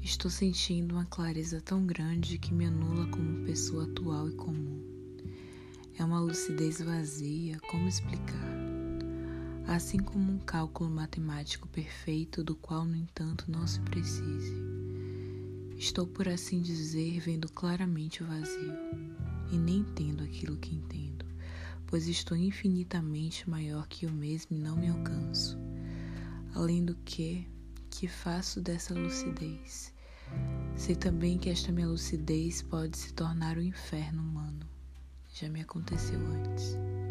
Estou sentindo uma clareza tão grande que me anula como pessoa atual e comum. É uma lucidez vazia, como explicar? Assim como um cálculo matemático perfeito do qual, no entanto, não se precise. Estou, por assim dizer, vendo claramente o vazio, e nem entendo aquilo que entendo, pois estou infinitamente maior que eu mesmo e não me alcanço. Além do que faço dessa lucidez? Sei também que esta minha lucidez pode se tornar um inferno humano. Já me aconteceu antes.